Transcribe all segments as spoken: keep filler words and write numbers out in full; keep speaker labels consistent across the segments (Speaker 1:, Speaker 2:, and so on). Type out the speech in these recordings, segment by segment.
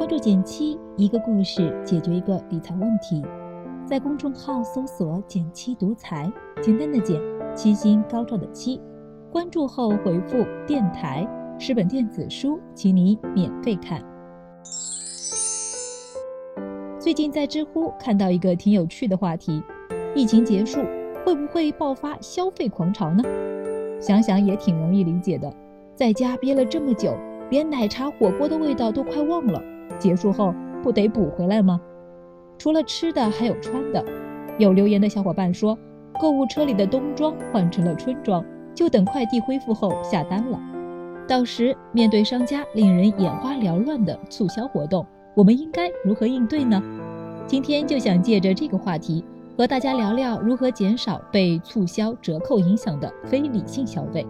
Speaker 1: 关注减七，一个故事解决一个理财问题。在公众号搜索减七独裁，简单的减，七星高照的七。关注后回复电台，十本电子书，请你免费看。最近在知乎看到一个挺有趣的话题，疫情结束会不会爆发消费狂潮呢？想想也挺容易理解的，在家憋了这么久，连奶茶火锅的味道都快忘了，结束后不得补回来吗？除了吃的还有穿的，有留言的小伙伴说，购物车里的冬装换成了春装，就等快递恢复后下单了。到时面对商家令人眼花缭乱的促销活动，我们应该如何应对呢？今天就想借着这个话题和大家聊聊如何减少被促销折扣影响的非理性消费。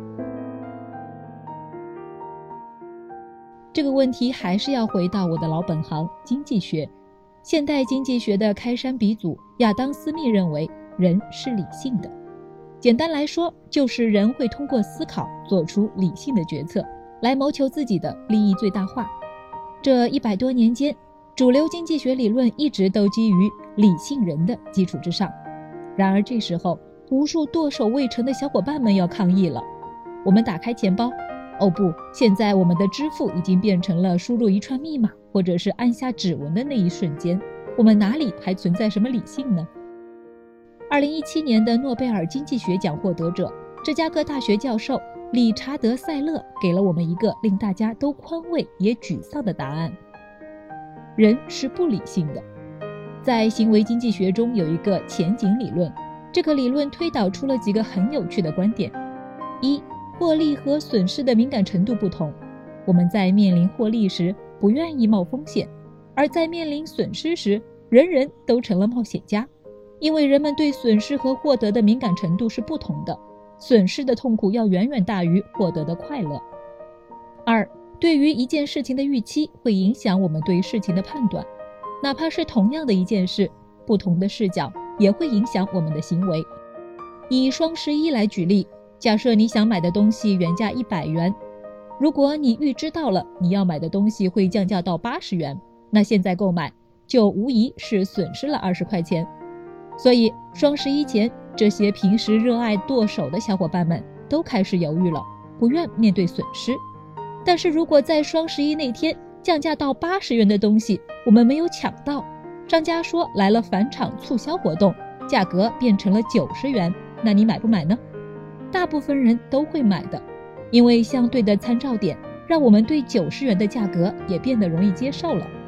Speaker 1: 这个问题还是要回到我的老本行经济学。现代经济学的开山鼻祖亚当·斯密认为人是理性的，简单来说就是人会通过思考做出理性的决策，来谋求自己的利益最大化。这一百多年间，主流经济学理论一直都基于理性人的基础之上。然而这时候，无数剁手未成的小伙伴们要抗议了。我们打开钱包，哦不，现在我们的支付已经变成了输入一串密码，或者是按下指纹的那一瞬间，我们哪里还存在什么理性呢？二零一七年的诺贝尔经济学奖获得者、芝加哥大学教授理查德·塞勒给了我们一个令大家都宽慰也沮丧的答案：人是不理性的。在行为经济学中有一个前景理论，这个理论推导出了几个很有趣的观点。一、获利和损失的敏感程度不同，我们在面临获利时不愿意冒风险，而在面临损失时，人人都成了冒险家，因为人们对损失和获得的敏感程度是不同的，损失的痛苦要远远大于获得的快乐。二、对于一件事情的预期会影响我们对事情的判断，哪怕是同样的一件事，不同的视角也会影响我们的行为。以双十一来举例，假设你想买的东西原价一百元，如果你预知到了你要买的东西会降价到八十元，那现在购买就无疑是损失了二十块钱。所以双十一前，这些平时热爱剁手的小伙伴们都开始犹豫了，不愿面对损失。但是如果在双十一那天降价到八十元的东西我们没有抢到，商家说来了返场促销活动，价格变成了九十元，那你买不买呢？大部分人都会买的，因为相对的参照点让我们对九十元的价格也变得容易接受了。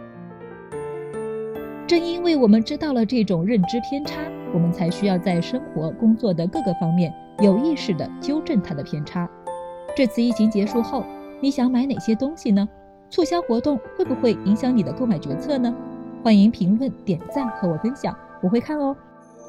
Speaker 1: 正因为我们知道了这种认知偏差，我们才需要在生活工作的各个方面有意识地纠正它的偏差。这次疫情结束后，你想买哪些东西呢？促销活动会不会影响你的购买决策呢？欢迎评论点赞和我分享，我会看哦。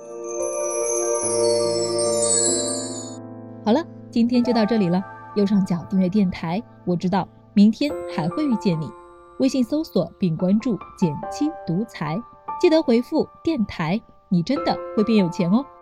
Speaker 1: 好了，今天就到这里了。右上角订阅电台，我知道明天还会遇见你。微信搜索并关注减七独裁，记得回复电台，你真的会变有钱哦。